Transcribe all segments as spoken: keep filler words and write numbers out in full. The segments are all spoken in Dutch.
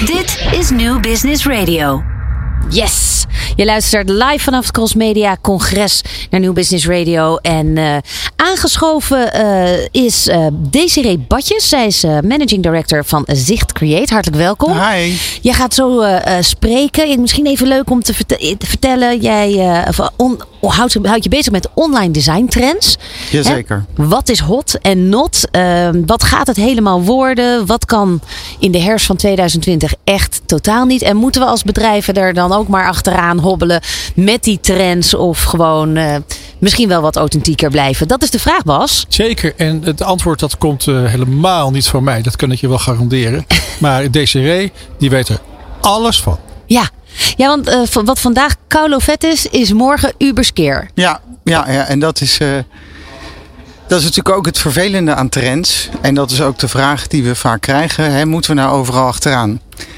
Dit is New Business Radio. Yes! Je luistert live vanaf het Crossmedia Congres naar New Business Radio. En uh, aangeschoven uh, is uh, Desiree Badjes. Zij is uh, Managing Director van Zicht Create. Hartelijk welkom. Hi. Jij gaat zo uh, uh, spreken. Misschien even leuk om te, vert- te vertellen. Jij uh, on, houdt, houdt je bezig met online design trends. Jazeker. Hè? Wat is hot en not? Uh, wat gaat het helemaal worden? Wat kan in de herfst van tweeduizend twintig echt totaal niet? En moeten we als bedrijven er dan ook maar achteraan hobbelen met die trends of gewoon uh, misschien wel wat authentieker blijven? Dat is de vraag, Bas. Zeker. En het antwoord dat komt uh, helemaal niet van mij. Dat kan ik je wel garanderen. Maar Desiree, die weet er alles van. Ja, ja want uh, wat vandaag Kaulo vet is, is morgen Uberskeer. Ja, ja, ja, en dat is, uh, dat is natuurlijk ook het vervelende aan trends. En dat is ook de vraag die we vaak krijgen. Hè, moeten we nou overal achteraan?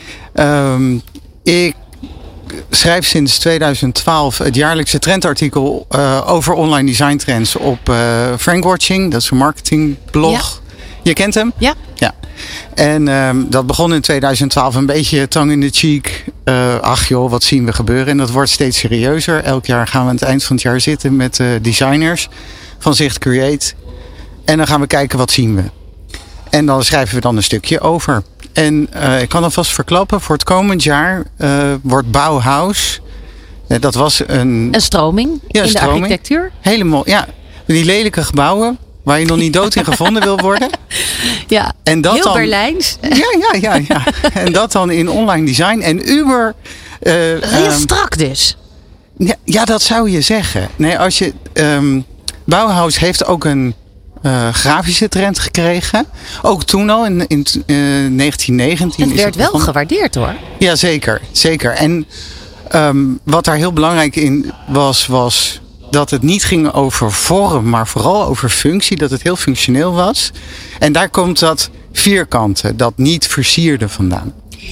Um, ik schrijf sinds tweeduizend twaalf het jaarlijkse trendartikel uh, over online design trends op uh, Frankwatching. Dat is een marketingblog. Ja. Je kent hem? Ja. Ja. En um, dat begon in tweeduizend twaalf een beetje tong in de cheek. Uh, ach joh, wat zien we gebeuren? En dat wordt steeds serieuzer. Elk jaar gaan we aan het eind van het jaar zitten met uh, designers van Zicht Create. En dan gaan we kijken wat zien we. En dan schrijven we dan een stukje over. En uh, ik kan alvast verklappen, voor het komend jaar uh, wordt Bauhaus. Uh, dat was een... Een stroming ja, in stroming. de architectuur. Helemaal, ja. Die lelijke gebouwen waar je nog niet dood in gevonden wil worden. Ja, en dat heel dan, Berlijns. Ja, ja, ja, ja. En dat dan in online design. En Uber... Uh, heel um, strak dus. Ja, ja, dat zou je zeggen. Nee, als je... Um, Bauhaus heeft ook een... Uh, grafische trend gekregen. Ook toen al in, in uh, negentien negentien. Het werd wel begonnen. Gewaardeerd hoor. Ja, zeker. zeker. En um, wat daar heel belangrijk in was, was dat het niet ging over vorm, maar vooral over functie. Dat het heel functioneel was. En daar komt dat vierkante, dat niet versierde vandaan.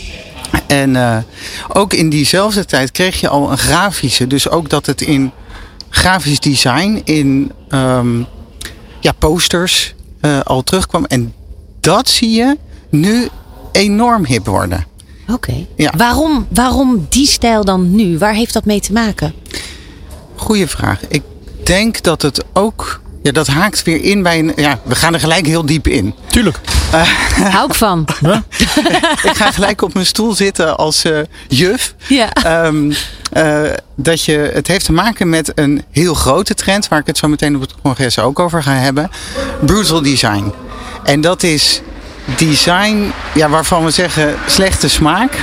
En uh, ook in diezelfde tijd kreeg je al een grafische. Dus ook dat het in grafisch design, in... Um, ja, posters uh, al terugkwam. En dat zie je nu enorm hip worden. Oké. Okay. Ja. Waarom, waarom die stijl dan nu? Waar heeft dat mee te maken? Goeie vraag. Ik denk dat het ook... Ja, dat haakt weer in bij een... Ja, we gaan er gelijk heel diep in. Tuurlijk. Uh, Hou ik van. Huh? Ik ga gelijk op mijn stoel zitten als uh, juf. Ja. Um, uh, dat je, het heeft te maken met een heel grote trend. Waar ik het zo meteen op het congres ook over ga hebben. Brutal design. En dat is design ja, waarvan we zeggen slechte smaak.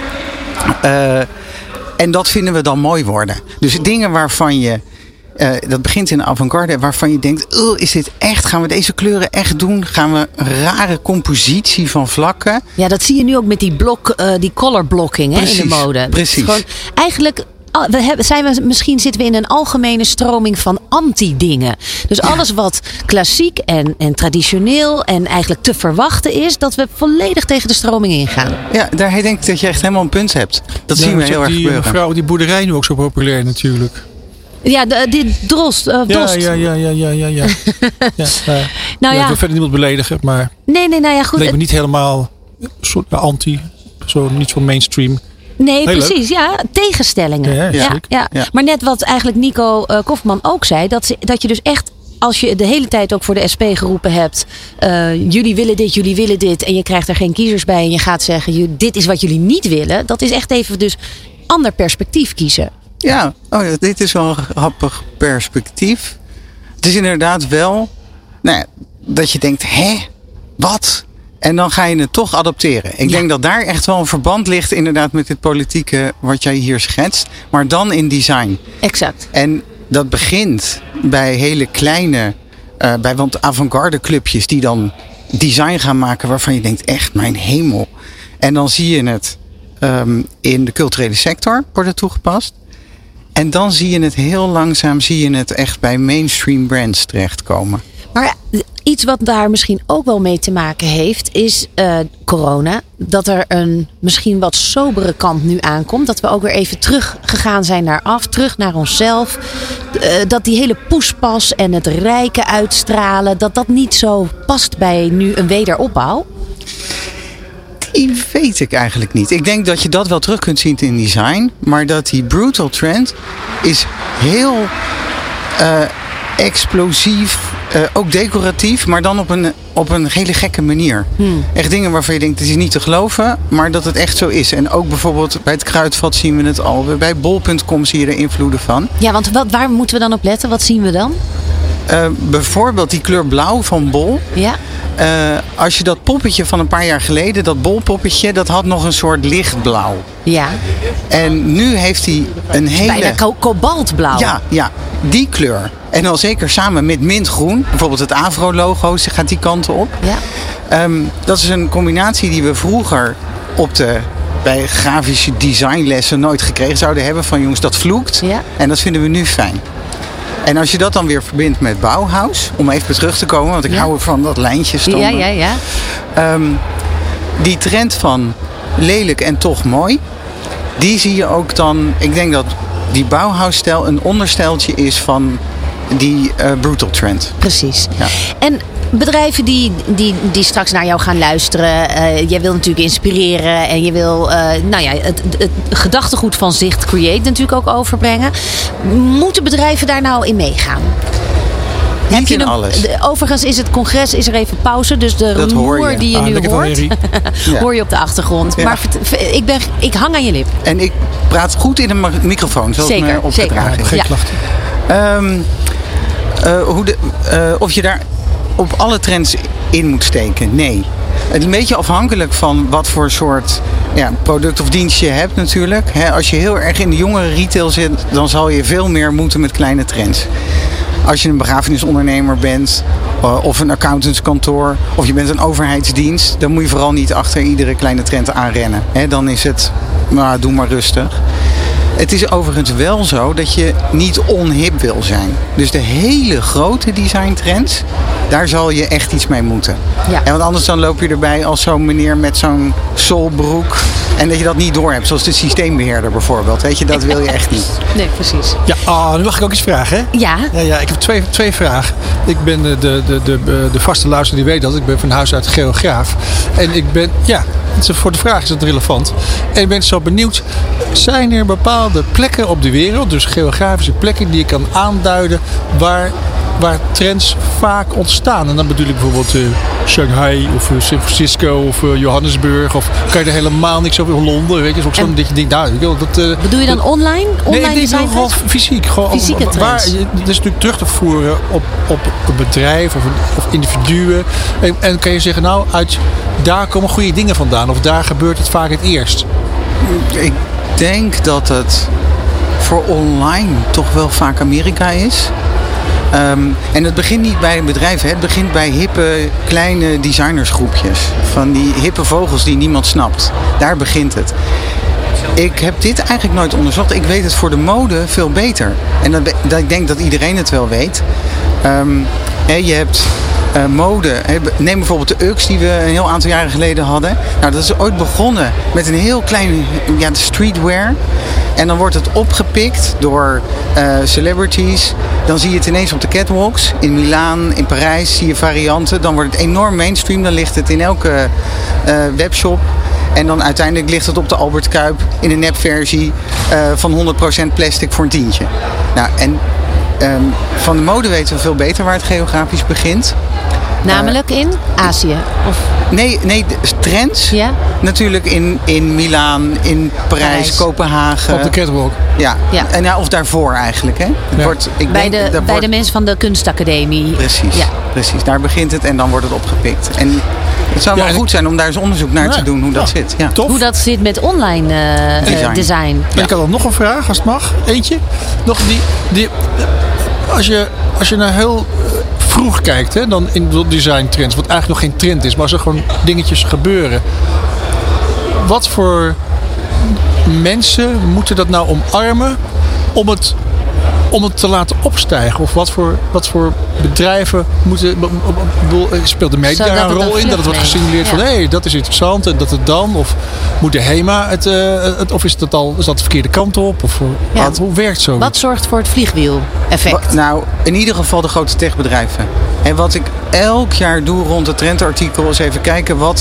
Uh, en dat vinden we dan mooi worden. Dus dingen waarvan je... Uh, dat begint in de avant-garde waarvan je denkt, oh, is dit echt? Gaan we deze kleuren echt doen? Gaan we een rare compositie van vlakken? Ja, dat zie je nu ook met die blok, uh, die color blocking hè, in de mode. Precies. Gewoon, eigenlijk we hebben, zijn we, misschien zitten we in een algemene stroming van anti-dingen. Dus ja. Alles wat klassiek en, en traditioneel en eigenlijk te verwachten is, dat we volledig tegen de stroming ingaan. Ja, daar denk ik dat je echt helemaal een punt hebt. Dat ja, zien we heel erg die gebeuren. Mevrouw, die boerderij nu ook zo populair natuurlijk. Ja, de, die drost. Uh, ja, ja, ja, ja, ja, ja, ja. ja uh, nou ja. Ik wil verder niemand beledigen, maar. Nee, nee, nou ja, goed. Leek me niet helemaal soort anti, zo niet zo mainstream. Nee, heel precies. Leuk. Ja, tegenstellingen. Ja, ja, ja, ja. ja. Maar net wat eigenlijk Nico uh, Kofman ook zei, dat, ze, dat je dus echt, als je de hele tijd ook voor de S P geroepen hebt, uh, jullie willen dit, jullie willen dit, en je krijgt er geen kiezers bij en je gaat zeggen, dit is wat jullie niet willen, dat is echt even dus ander perspectief kiezen. Ja, oh, dit is wel een grappig perspectief. Het is inderdaad wel nou ja, dat je denkt, hè, wat? En dan ga je het toch adopteren. Ik ja. denk dat daar echt wel een verband ligt inderdaad met het politieke wat jij hier schetst. Maar dan in design. Exact. En dat begint bij hele kleine, uh, bij want avant-garde clubjes die dan design gaan maken waarvan je denkt, echt mijn hemel. En dan zie je het um, in de culturele sector wordt het toegepast. En dan zie je het heel langzaam, zie je het echt bij mainstream brands terechtkomen. Maar iets wat daar misschien ook wel mee te maken heeft, is uh, corona. Dat er een misschien wat sobere kant nu aankomt. Dat we ook weer even teruggegaan zijn naar af, terug naar onszelf. Uh, dat die hele poespas en het rijke uitstralen, dat dat niet zo past bij nu een wederopbouw. Die weet ik eigenlijk niet. Ik denk dat je dat wel terug kunt zien in design. Maar dat die brutal trend is heel uh, explosief. Uh, ook decoratief, maar dan op een, op een hele gekke manier. Hmm. Echt dingen waarvan je denkt, het is niet te geloven, maar dat het echt zo is. En ook bijvoorbeeld bij het Kruidvat zien we het al. Bij bol punt com zie je er invloeden van. Ja, want wat, waar moeten we dan op letten? Wat zien we dan? Uh, bijvoorbeeld die kleur blauw van Bol. Ja. Uh, als je dat poppetje van een paar jaar geleden, dat bolpoppetje, dat had nog een soort lichtblauw. Ja. En nu heeft hij een hele... Bijna ko- kobaltblauw. Ja, ja, die kleur. En dan zeker samen met mintgroen. Bijvoorbeeld het Avro-logo gaat die kanten op. Ja. Um, dat is een combinatie die we vroeger op de... bij grafische designlessen nooit gekregen zouden hebben. Van jongens, dat vloekt. Ja. En dat vinden we nu fijn. En als je dat dan weer verbindt met Bauhaus, om even terug te komen, want ik ja. hou ervan dat lijntje stonden. Ja, ja, ja. Um, die trend van lelijk en toch mooi, die zie je ook dan. Ik denk dat die Bauhaus-stijl een ondersteltje is van die uh, brutal trend. Precies. Ja. En bedrijven die, die, die straks naar jou gaan luisteren. Uh, jij wil natuurlijk inspireren. En je wil uh, nou ja, het, het gedachtegoed van Zicht Create natuurlijk ook overbrengen. Moeten bedrijven daar nou in meegaan? Niet Heb je in een, alles. De, overigens is het congres, is er even pauze. Dus de dat rumoer je. die je ah, nu hoort, ja. hoor je op de achtergrond. Ja. Maar ik, ben, ik hang aan je lip. En ik praat goed in een microfoon, zoals zeker, me opgedragen zeker. is. Geen klachten. Um, uh, hoe de, uh, of je daar op alle trends in moet steken? Nee. Het is een beetje afhankelijk van wat voor soort ja, product of dienst je hebt natuurlijk. He, als je heel erg in de jongere retail zit, dan zal je veel meer moeten met kleine trends. Als je een begrafenisondernemer bent, uh, of een accountantskantoor, of je bent een overheidsdienst, dan moet je vooral niet achter iedere kleine trend aanrennen. He, dan is het, nou, doe maar rustig. Het is overigens wel zo dat je niet onhip wil zijn. Dus de hele grote designtrends, daar zal je echt iets mee moeten. Ja. En want anders dan loop je erbij als zo'n meneer met zo'n solbroek. En dat je dat niet door hebt, zoals de systeembeheerder bijvoorbeeld. Weet je, dat wil je echt niet. Nee, precies. Ja, oh, nu mag ik ook iets vragen, hè? Ja. Ja, ja ik heb twee, twee vragen. Ik ben de, de, de, de, de vaste luisteraar die weet dat. Ik ben van huis uit geograaf. En ik ben, ja, voor de vraag is het relevant. En ik ben zo benieuwd, zijn er bepaalde plekken op de wereld, dus geografische plekken, die je kan aanduiden waar, waar trends vaak ontstaan? En dan bedoel ik bijvoorbeeld uh, Shanghai of uh, San Francisco of uh, Johannesburg. Of kan je er helemaal niks over, Londen, weet je? Is ook zo'n dat je denkt, nou, ik wil dat... Uh, bedoel je dan online? Online nee, ik denk gewoon fysiek. Gewoon, Fysieke trends. Waar, het is natuurlijk terug te voeren op, op een bedrijf of, of individuen. En, en kan je zeggen, nou, uit daar komen goede dingen vandaan. Of daar gebeurt het vaak het eerst. Ik denk dat het voor online toch wel vaak Amerika is. Um, en het begint niet bij bedrijven, het begint bij hippe kleine designersgroepjes. Van die hippe vogels die niemand snapt. Daar begint het. Ik heb dit eigenlijk nooit onderzocht. Ik weet het voor de mode veel beter. En dat, dat, ik denk dat iedereen het wel weet. Um, hè, je hebt uh, mode. Hè, neem bijvoorbeeld de U X die we een heel aantal jaren geleden hadden. Nou, dat is ooit begonnen met een heel klein ja, streetwear. En dan wordt het opgepikt door uh, celebrities. Dan zie je het ineens op de catwalks. In Milaan, in Parijs zie je varianten. Dan wordt het enorm mainstream. Dan ligt het in elke uh, webshop. En dan uiteindelijk ligt het op de Albert Kuip in een nepversie uh, van honderd procent plastic voor een tientje. Nou, en um, van de mode weten we veel beter waar het geografisch begint. Namelijk in Azië? Of? Nee, nee, trends. Ja? Natuurlijk in, in Milaan, in Parijs, Parijs, Kopenhagen. Op de catwalk. Ja, ja. En, ja of daarvoor eigenlijk. Hè? Het ja. wordt, ik bij denk, de, bij wordt... de mensen van de kunstacademie. Precies, ja. precies, daar begint het en dan wordt het opgepikt. En het zou wel ja, goed zijn om daar eens onderzoek naar ja. te doen hoe dat ja. zit. Ja. Tof. Hoe dat zit met online uh, design. design. Ja. Ik had dan nog een vraag, als het mag. Eentje. Nog die, die, als je, als je naar heel vroeg kijkt, hè, dan in de design trends, wat eigenlijk nog geen trend is, maar als er gewoon dingetjes gebeuren. Wat voor mensen moeten dat nou omarmen om het, om het te laten opstijgen? Of wat voor, wat voor bedrijven moeten... Speelt de media daar een rol in? Dat het wordt gesignaleerd ja. van hé, hey, dat is interessant en dat het dan? Of moet de HEMA het... Uh, het of is dat al is dat de verkeerde kant op? Of ja. wat, hoe werkt zo? Wat zorgt voor het vliegwiel-effect? Nou, in ieder geval de grote techbedrijven. En wat ik elk jaar doe rond het trendartikel is even kijken wat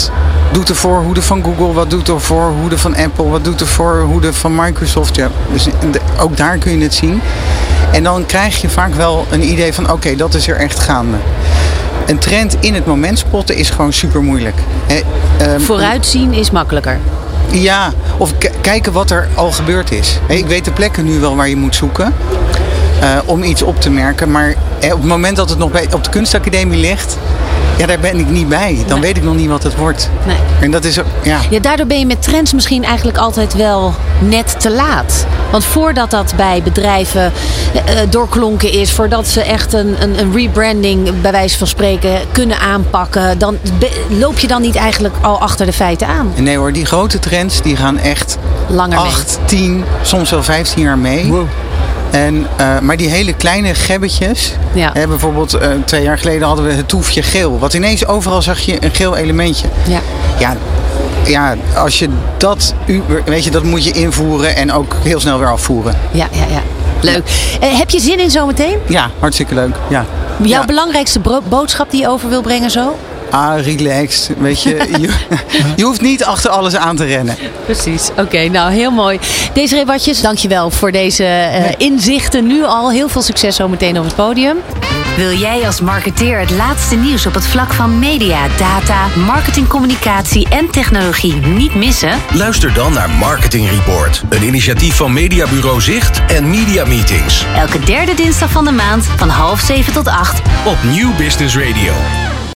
doet de voorhoede van Google? Wat doet de voorhoede van Apple? Wat doet de voorhoede van Microsoft? Ja, dus de, ook daar kun je het zien. En dan krijg je vaak wel een idee van, oké, okay, dat is er echt gaande. Een trend in het moment spotten is gewoon super moeilijk. He, um, Vooruitzien is makkelijker. Ja, of k- kijken wat er al gebeurd is. He, ik weet de plekken nu wel waar je moet zoeken. Uh, om iets op te merken. Maar he, op het moment dat het nog bij, op de kunstacademie ligt... Ja, daar ben ik niet bij. Dan nee. weet ik nog niet wat het wordt. Nee. En dat is, ja. ja, daardoor ben je met trends misschien eigenlijk altijd wel net te laat. Want voordat dat bij bedrijven uh, doorklonken is, voordat ze echt een, een, een rebranding bij wijze van spreken kunnen aanpakken, dan be, loop je dan niet eigenlijk al achter de feiten aan? Nee hoor, die grote trends die gaan echt langer acht, tien, soms wel vijftien jaar mee. Wow. En, uh, maar die hele kleine gebbetjes. Ja. Hè, bijvoorbeeld uh, twee jaar geleden hadden we het toefje geel. Wat ineens overal zag je een geel elementje. Ja. Ja, ja, als je dat, weet je, dat moet je invoeren en ook heel snel weer afvoeren. Ja, ja, ja. Leuk. Ja. Uh, heb je zin in zometeen? Ja, hartstikke leuk. Ja. Jouw ja. belangrijkste bro- boodschap die je over wil brengen zo? Ah, relaxed. Weet je, je, je hoeft niet achter alles aan te rennen. Precies. Oké, okay, nou heel mooi. Desiree Watjes, dankjewel voor deze uh, inzichten nu al. Heel veel succes zo meteen op het podium. Wil jij als marketeer het laatste nieuws op het vlak van media, data, marketing, communicatie en technologie niet missen? Luister dan naar Marketing Report, een initiatief van Mediabureau Zicht en Media Meetings. Elke derde dinsdag van de maand van half zeven tot acht op Nieuw Business Radio.